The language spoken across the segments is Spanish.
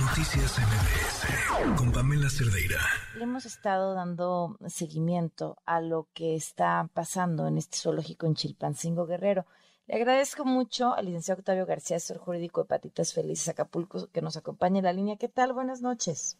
Noticias MBS con Pamela Cerdeira. Le hemos estado dando seguimiento a lo que está pasando en este zoológico en Chilpancingo, Guerrero. Le agradezco mucho al licenciado Octavio García, asesor jurídico de Patitas Felices Acapulco, que nos acompaña en la línea. ¿Qué tal? Buenas noches.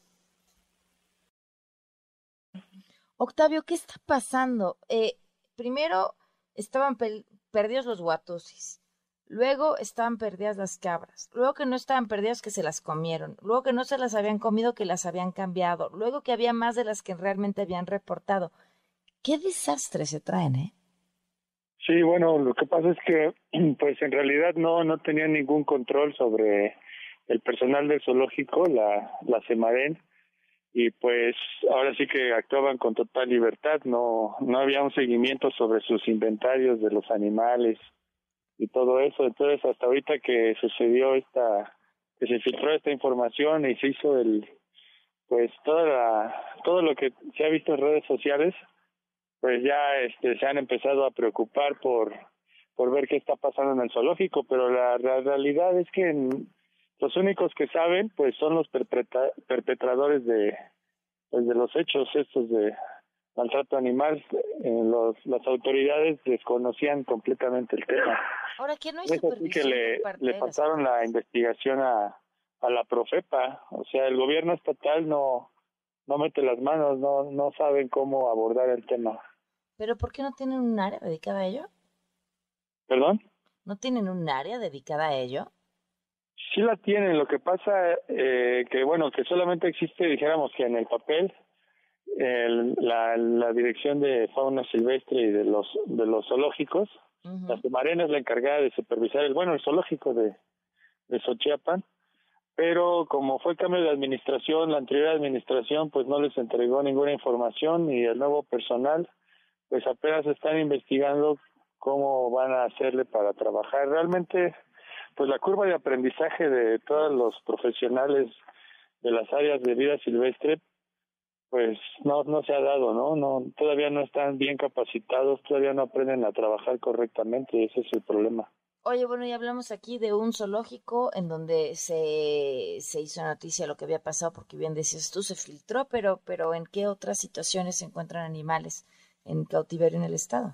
Octavio, ¿qué está pasando? Primero estaban perdidos los guatusis, luego estaban perdidas las cabras, luego que no estaban perdidas que se las comieron, luego que no se las habían comido que las habían cambiado, luego que había más de las que realmente habían reportado. ¡Qué desastre se traen, eh! Sí, bueno, lo que pasa es que pues en realidad no tenían ningún control sobre el personal del zoológico, la Semarén, y pues ahora sí que actuaban con total libertad, no había un seguimiento sobre sus inventarios de los animales y todo eso. Entonces hasta ahorita que sucedió que se filtró esta información y se hizo pues todo lo que se ha visto en redes sociales, pues ya se han empezado a preocupar por ver qué está pasando en el zoológico, pero la realidad es que los únicos que saben pues son los perpetradores de los hechos estos de maltrato animal. Las autoridades desconocían completamente el tema. Ahora, ¿qué no hay es así que le pasaron la investigación a la Profepa. O sea, el gobierno estatal no mete las manos, no saben cómo abordar el tema. ¿Pero por qué no tienen un área dedicada a ello? ¿Perdón? ¿No tienen un área dedicada a ello? Sí la tienen, lo que pasa que bueno, que solamente existe, dijéramos que en el papel, la Dirección de Fauna Silvestre y de los zoológicos. Uh-huh. La Semarén es la encargada de supervisar el zoológico de Xochiapan, pero como fue cambio de administración, la anterior administración pues no les entregó ninguna información y el nuevo personal pues apenas están investigando cómo van a hacerle para trabajar. Realmente pues la curva de aprendizaje de todos los profesionales de las áreas de vida silvestre pues no se ha dado, no todavía no están bien capacitados, todavía no aprenden a trabajar correctamente, ese es el problema. Oye, bueno, ya hablamos aquí de un zoológico en donde se hizo noticia lo que había pasado, porque bien decías tú, se filtró, pero ¿en qué otras situaciones se encuentran animales en cautiverio en el estado?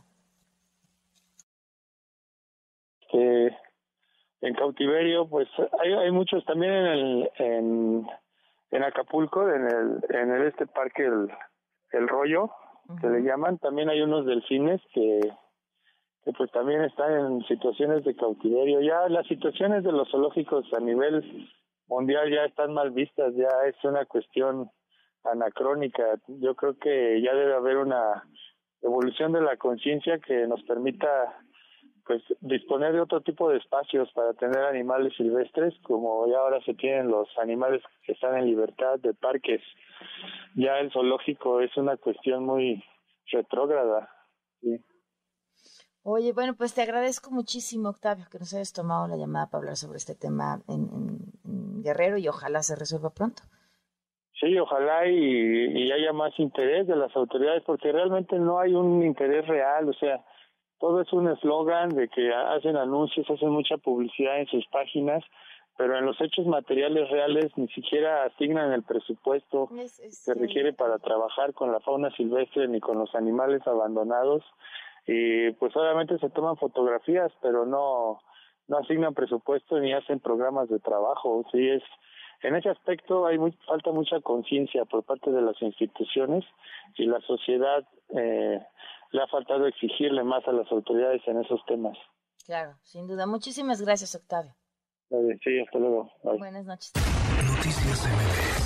En cautiverio, pues hay muchos también en Acapulco, en el parque el Rollo, uh-huh, que le llaman. También hay unos delfines que pues también están en situaciones de cautiverio. Ya las situaciones de los zoológicos a nivel mundial ya están mal vistas, ya es una cuestión anacrónica. Yo creo que ya debe haber una evolución de la conciencia que nos permita pues disponer de otro tipo de espacios para tener animales silvestres, como ya ahora se tienen los animales que están en libertad de parques. Ya el zoológico es una cuestión muy retrógrada, sí. Oye, bueno, pues te agradezco muchísimo, Octavio, que nos hayas tomado la llamada para hablar sobre este tema en Guerrero y ojalá se resuelva pronto. Sí, ojalá y haya más interés de las autoridades, porque realmente no hay un interés real, o sea, todo es un eslogan de que hacen anuncios, hacen mucha publicidad en sus páginas, pero en los hechos materiales reales ni siquiera asignan el presupuesto que requiere para trabajar con la fauna silvestre ni con los animales abandonados. Y pues obviamente se toman fotografías, pero no asignan presupuesto ni hacen programas de trabajo. Sí, en ese aspecto falta mucha conciencia por parte de las instituciones y la sociedad le ha faltado exigirle más a las autoridades en esos temas. Claro, sin duda. Muchísimas gracias, Octavio. Sí, hasta luego. Bye. Buenas noches. Noticias MBS.